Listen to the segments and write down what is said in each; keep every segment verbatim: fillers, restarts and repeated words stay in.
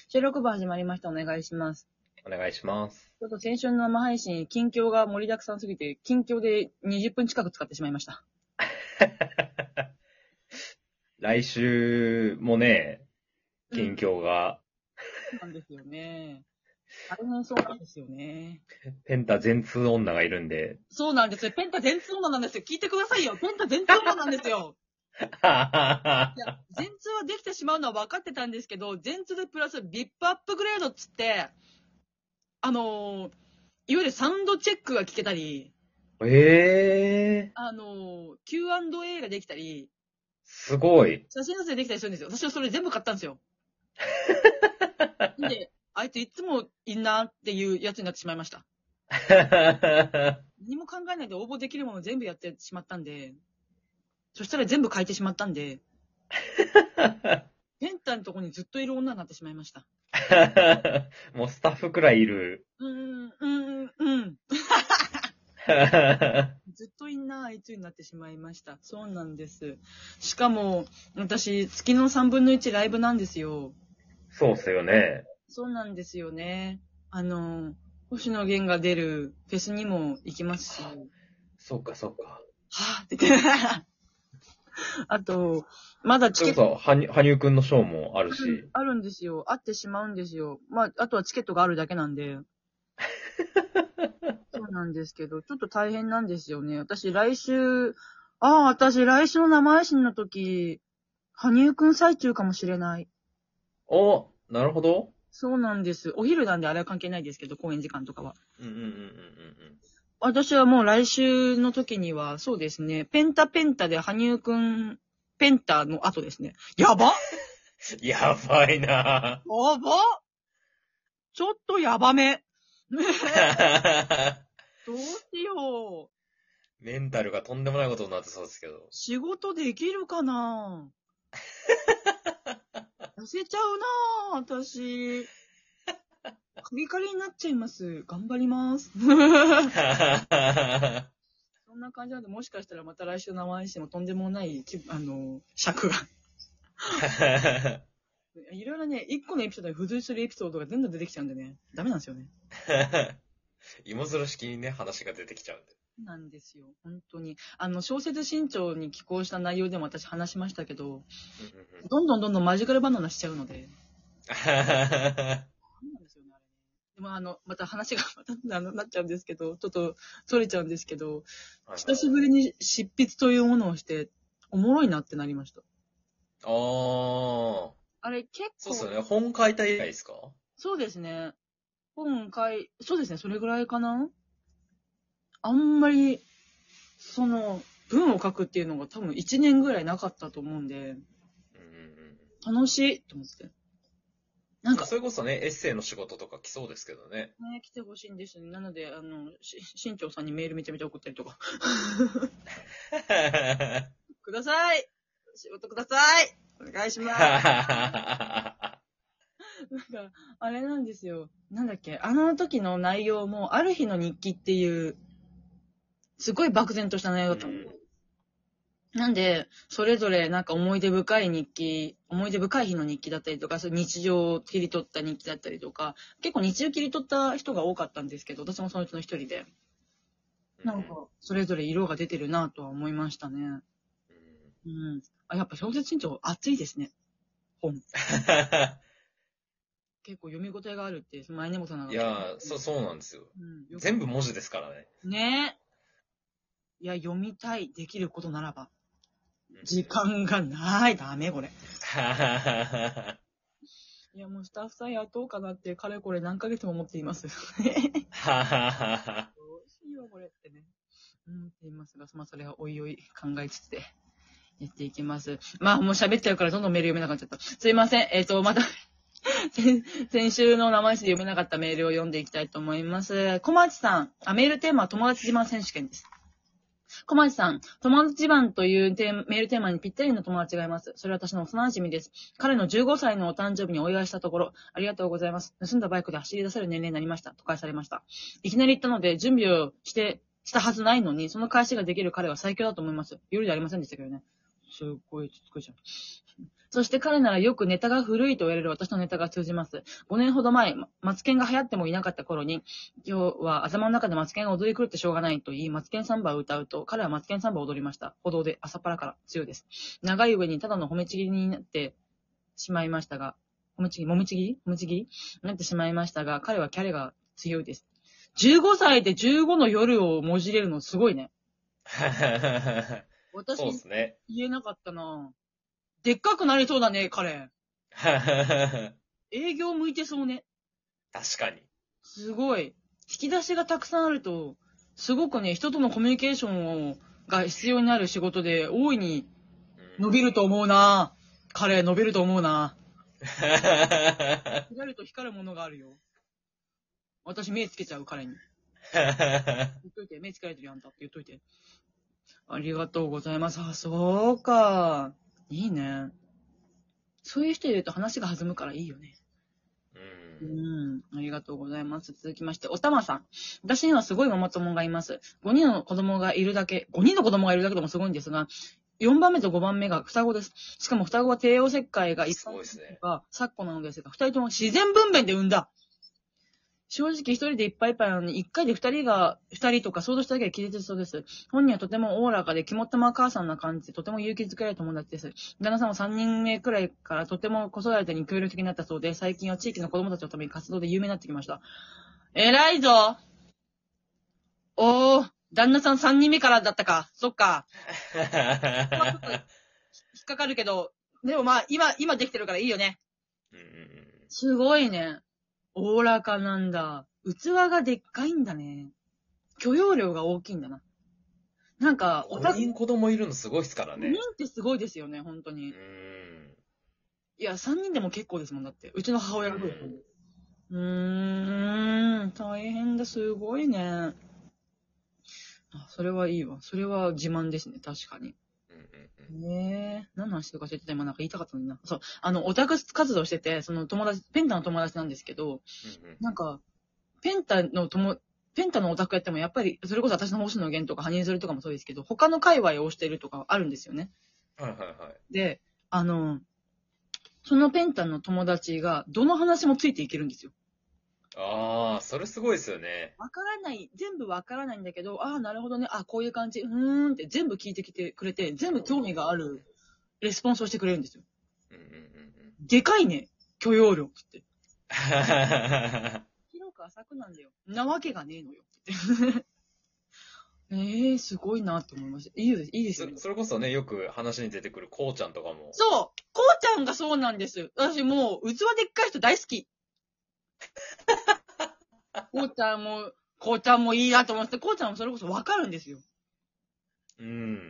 収録部始まりました。お願いします。 お願いします。 ちょっと先週の生配信、近況が盛りだくさんすぎて、近況でにじゅっぷん近く使ってしまいました。 来週もね、近況が、 そうなんですよね。大変そうなんですよね。 ペンタ全通女がいるんで。 そうなんですよ。ペンタ全通女なんですよ。聞いてくださいよ。ペンタ全通女なんですよ。いや、全通はできてしまうのは分かってたんですけど、全通でプラス ブイアイピー アップグレードっつって、あのー、いわゆるサウンドチェックが聞けたり、 ええー、 あのー、キューアンドエー ができたり、 すごい。 写真撮影できたりするんですよ。私はそれ全部買ったんですよ。で、あいついつもいんなっていうやつになってしまいました。何も考えないで応募できるもの全部やってしまったんで、そしたら全部書いてしまったんで、ペンタのとこにずっといる女になってしまいました。 もうスタッフくらいいる。 うーん、うん、うん。ずっといんなあいつになってしまいました。そうなんです。しかも、私、月のさんぶんのいちライブなんですよ。 そうっすよね。 そうなんですよね。あの、星野源が出るフェスにも行きますし。 そうか、そうか。 はぁって言って。あと、まだチケット。 そうそう、はに、羽生くんのショーもあるし。 あるんですよ。あってしまうんですよ。まあ、あとはチケットがあるだけなんで。そうなんですけど、ちょっと大変なんですよね。私来週、ああ、私来週の生配信の時、羽生くん最中かもしれない。 お、なるほど。 そうなんです。お昼なんであれは関係ないですけど、公演時間とかは。 うんうんうんうんうん。 私はもう来週の時には、そうですね、ペンタペンタで羽生くん、ペンタの後ですね。やばやばいなやばちょっとやばめ。どうしよう。 メンタルがとんでもないことになってそうですけど。 仕事できるかな痩せちゃうなぁ、私。カリカリになっちゃいます。頑張ります。そんな感じなんで、もしかしたらまた来週生配信もとんでもない、あの、尺が。いろいろね、一個のエピソードに付随するエピソードが全部出てきちゃうんでね、ダメなんですよね。 芋づる式にね、話が出てきちゃうんで。 なんですよ。本当に。あの、小説新潮に寄稿した内容でも私話しましたけど、どんどんどんどんマジカルバナナしちゃうので。そうなんですよね、あれね。でもあの、また話がまたなっちゃうんですけど、ちょっと逸れちゃうんですけど、久しぶりに執筆というものをして、おもろいなってなりました。 ああ。 あれ結構。 そうっすよね。本書いた以来ですか？ そうですね。本書い、そうですね、それぐらいかな。あんまり、その、文を書くっていうのが多分いちねんぐらいなかったと思うんで、 うんうんうん、楽しいと思って。 なんか、それこそね、エッセイの仕事とか来そうですけどね。 ね、来てほしいんですね。なので、あの、し、新潮さんにメールめちゃめちゃ送ったりとか。ください仕事くださいお願いしますなんか、あれなんですよ。なんだっけ、あの時の内容も、ある日の日記っていう、すごい漠然とした内容だったの。うんなんで、それぞれなんか思い出深い日記、思い出深い日の日記だったりとか、そういう日常を切り取った日記だったりとか、結構日常切り取った人が多かったんですけど、私もそのうちの一人で。なんか、それぞれ色が出てるなとは思いましたね。うん。あ、やっぱ小説新潮熱いですね。本。結構読み応えがあるって、前根本さんが。 いやー、そ、そうなんですよ。 うん、 全部文字ですからね。ねえ。いや、読みたい、できることならば。時間がない、ダメ、これ。いや、もうスタッフさん雇おうかなって、かれこれ何ヶ月も思っています。どうしよう、これってね。うん、って言いますが、まあ、それはおいおい考えつつで、やっていきます。まあ、もう喋っちゃうから、どんどんメール読めなくなっちゃった。すいません。えっと、また先、先週の生配信で読めなかったメールを読んでいきたいと思います。小町さん、あ、メールテーマは友達自慢選手権です。小町さん、友達自慢というテーマメールテーマにぴったりの友達がいます。それは私の幼馴染です。彼のじゅうごさいのお誕生日にお祝いしたところ、ありがとうございます。盗んだバイクで走り出せる年齢になりました。と返されました。いきなり言ったので、準備をして、したはずないのに、その返しができる彼は最強だと思います。夜じゃありませんでしたけどね。すっごいつつくじゃん。 そして彼ならよくネタが古いと言われる私のネタが通じます。ごねんほど前、マツケンが流行ってもいなかった頃に、今日は頭の中でマツケンが踊り狂ってしょうがないと言い、マツケンサンバを歌うと、彼はマツケンサンバを踊りました。歩道で朝っぱらから強いです。長い上にただの褒めちぎりになってしまいましたが、褒めちぎり、もみちぎり褒めちぎりになってしまいましたが、彼はキャリが強いです。じゅうごさいでじゅうごの夜をもじれるのすごいね。私、 そうですね。 言えなかったな。でっかくなりそうだね、彼。営業向いてそうね。 確かに。 すごい。引き出しがたくさんあると、すごくね、人とのコミュニケーションをが必要になる仕事で大いに伸びると思うな。彼、伸びると思うな。光ると光るものがあるよ。私、目つけちゃう、彼に。言っといて、目つけられてるよ、あんたって言っといて。ありがとうございます。あ、そうか。いいね。そういう人いると話が弾むからいいよね。 うん。 うん。ありがとうございます。続きまして、おたまさん。私にはすごいママ友がいます。ごにんの子供がいるだけ、ごにんの子供がいるだけでもすごいんですが、よんばんめとごばんめが双子です。しかも双子は帝王切開が一すごいですね。 が昨今なのですが、二人とも自然分娩で産んだ。正直一人でいっぱいいっぱいなのに、一回で二人が、二人とか想像しただけで気絶しそうです。本人はとてもおおらかで、肝っ玉母さんな感じで、とても勇気づけられる友達です。旦那さんは三人目くらいからとても子育てに協力的になったそうで、最近は地域の子供たちのために活動で有名になってきました。偉いぞ。おー、旦那さん三人目からだったか。そっか。引っかかるけど、でもまあ、今、今できてるからいいよね。 うんうんうん。 すごいね。おおらかなんだ。器がでっかいんだね。許容量が大きいんだな。なんか、おたごにん子供いるのすごいっすからごにんね。 ってすごいですよね、本当に。 うん。 いや、さんにんでも結構ですもん、だって。うちの母親がどうだったの？うーん、大変だ、すごいね。あ、それはいいわ。それは自慢ですね、確かに。 うんうんうん。 ねえ、何の話とかしてた今なんか言いたかったのにな。そう、あの、オタク活動してて、その友達、ペンタの友達なんですけど、 うんうんなんか、ペンタの友、ペンタのオタクやってもやっぱり、それこそ私の星野源とかハニーズルとかもそうですけど、他の界隈をしてるとかあるんですよね。 はいはいはい。 で、あの、そのペンタの友達が、どの話もついていけるんですよ。 ああ、それすごいですよね。 わからない、全部わからないんだけど、ああ、なるほどね、あこういう感じ、うーんって全部聞いてきてくれて、全部興味があるレスポンスをしてくれるんですよ。 うんうんうんうん。でかいね、許容量って。 は広く浅くなんだよ。なわけがねえのよって言って。ええー、すごいなって思いました。いいです、いいですよね。 それこそね、よく話に出てくるこうちゃんとかも。 そう、こうちゃんがそうなんです。私もう、器でっかい人大好き。こうちゃんも、こうちゃんもいいなと思って、こうちゃんもそれこそわかるんですよ。 うん。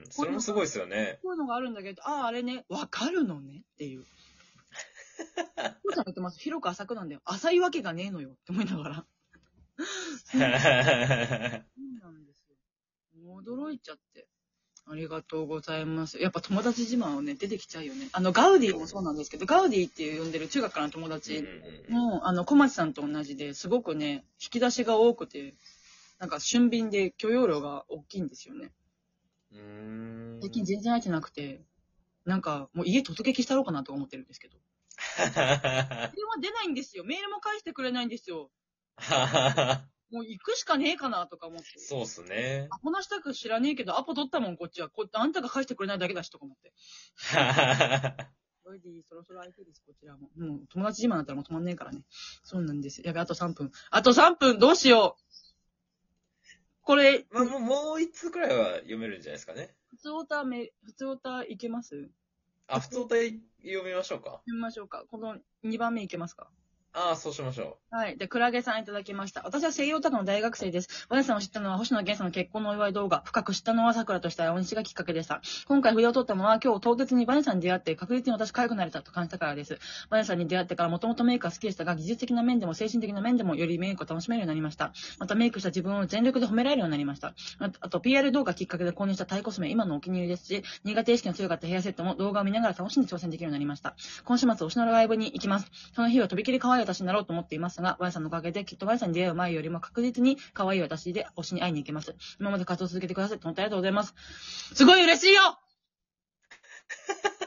それもすごいですよね。 こういうのがあるんだけど、ああ、あれね、わかるのねっていう。こうちゃんが言ってます。広く浅くなんだよ。浅いわけがねえのよって思いながら。そうなんですよ。驚いちゃって。ありがとうございます。やっぱ友達自慢はね、出てきちゃうよね。あの、ガウディもそうなんですけど、ガウディっていう呼んでる中学からの友達も、あの、小町さんと同じですごくね、引き出しが多くて、なんか俊敏で許容量が大きいんですよね。 うーん。 最近全然会えてなくて、なんかもう家突撃したろうかなと思ってるんですけど。電話出ないんですよ。メールも返してくれないんですよ。もう行くしかねえかなとか思って。 そうっすね。 アポなしたく知らねえけど、アポ取ったもん、こっちは。こあんたが返してくれないだけだし、とか思って。ロイディ、そろそろ空いてるです、こちらも。もう友達自慢だったらもう止まんねえからね。そうなんですよ。やべ、あとさんぷん。あとさんぷん、どうしよう。これ、 まあ、もう、もう一通くらいは読めるんじゃないですかね。 普通オタめ、普通オタいけます？ あ、普通歌読みましょうか。 読みましょうか。このにばんめいけますか？ ああ、そうしましょはい。で、クラゲさんいただきました。私は声優オタクの大学生です。ワネさんを知ったのは星野源さんの結婚のお祝い動画。深く知ったのは桜とした大西がきっかけでした。今回筆を取ったのは今日唐突にバネさんに出会って確実に私痒くなれたと感じたからです。バネさんに出会ってからもともとメイクは好きでしたが、技術的な面でも精神的な面でもよりメイクを楽しめるようになりました。またメイクした自分を全力で褒められるようになりました。あと、あと ピーアール 動画きっかけで購入したタイコスメ、今のお気に入りですし、苦手意識の強かったヘアセットも動画を見ながら楽しんで挑戦できるようになりました。今週末推しのライブに行きます。その日はとびきり可愛い私になろうと思っていますが、ワイさんのおかげできっとワイさんに出会う前よりも確実に可愛い私で推しに会いに行けます。今まで活動続けてくださって本当にありがとうございます。すごい嬉しいよ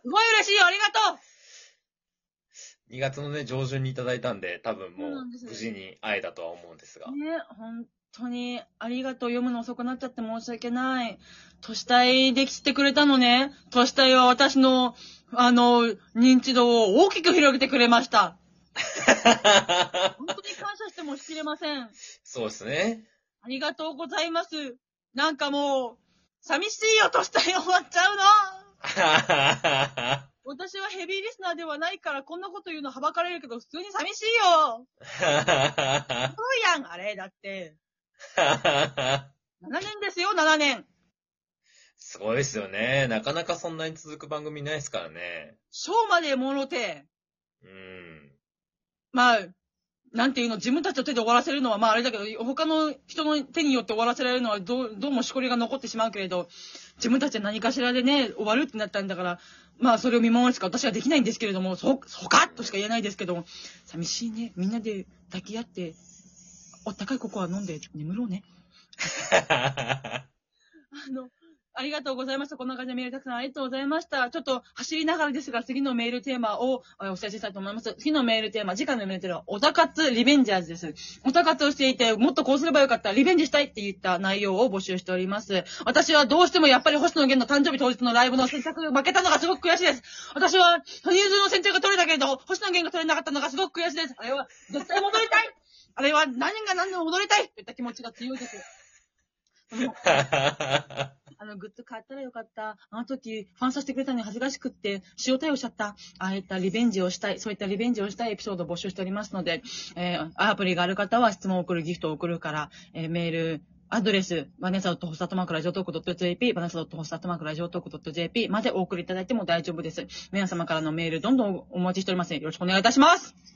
すごい嬉しいよ、ありがとう。 にがつのね、上旬にいただいたんで、多分もうそうなんです無事に会えたとは思うんですが。 ね、本当にありがとう。読むの遅くなっちゃって申し訳ない。年体で来てくれたのね。年体は私の、あの、認知度を大きく広げてくれました。本当に感謝してもしきれません。 そうですね。 ありがとうございます。なんかもう、寂しいよ、年体終わっちゃうの。私はヘビーリスナーではないからこんなこと言うのはばかれるけど普通に寂しいよ。そうやん、あれ、だって。ななねんですよ、ななねん。 すごいですよね。なかなかそんなに続く番組ないですからね。 ショーまでもろて。 うん。 まあ、なんていうの、自分たちの手で終わらせるのはまああれだけど、他の人の手によって終わらせられるのはどう、どうもしこりが残ってしまうけれど、自分たちは何かしらでね、終わるってなったんだから、まあそれを見守るしか私はできないんですけれども、そ、そうかとしか言えないですけども、寂しいね。みんなで抱き合って、おったかいココア飲んで眠ろうね。あの、ありがとうございました。こんな感じでメールたくさんありがとうございました。ちょっと走りながらですが、次のメールテーマをお知らせしたいと思います。次のメールテーマ、次回のメールテーマは、オタ活リベンジャーズです。オタ活をしていて、もっとこうすればよかった、リベンジしたいって言った内容を募集しております。私はどうしてもやっぱり星野源の誕生日当日のライブの選択負けたのがすごく悔しいです。私は、羽生結の選択が取れたけれど、星野源が取れなかったのがすごく悔しいです。あれは、絶対戻りたいあれは、何が何でも戻りたいといった気持ちが強いです。あの、グッズ買ったらよかった。あの時、ファンさせてくれたのに恥ずかしくって、塩対応しちゃった。ああいったリベンジをしたい、そういったリベンジをしたいエピソードを募集しておりますので、えー、アプリがある方は質問を送る、ギフトを送るから、えー、メール、アドレス、バネサドットホストアットマークラジオトークドット ジェーピー、バネサドットホストアットマークラジオトークドット ジェーピー までお送りいただいても大丈夫です。皆様からのメール、どんどんお待ちしておりますので、よろしくお願いいたします。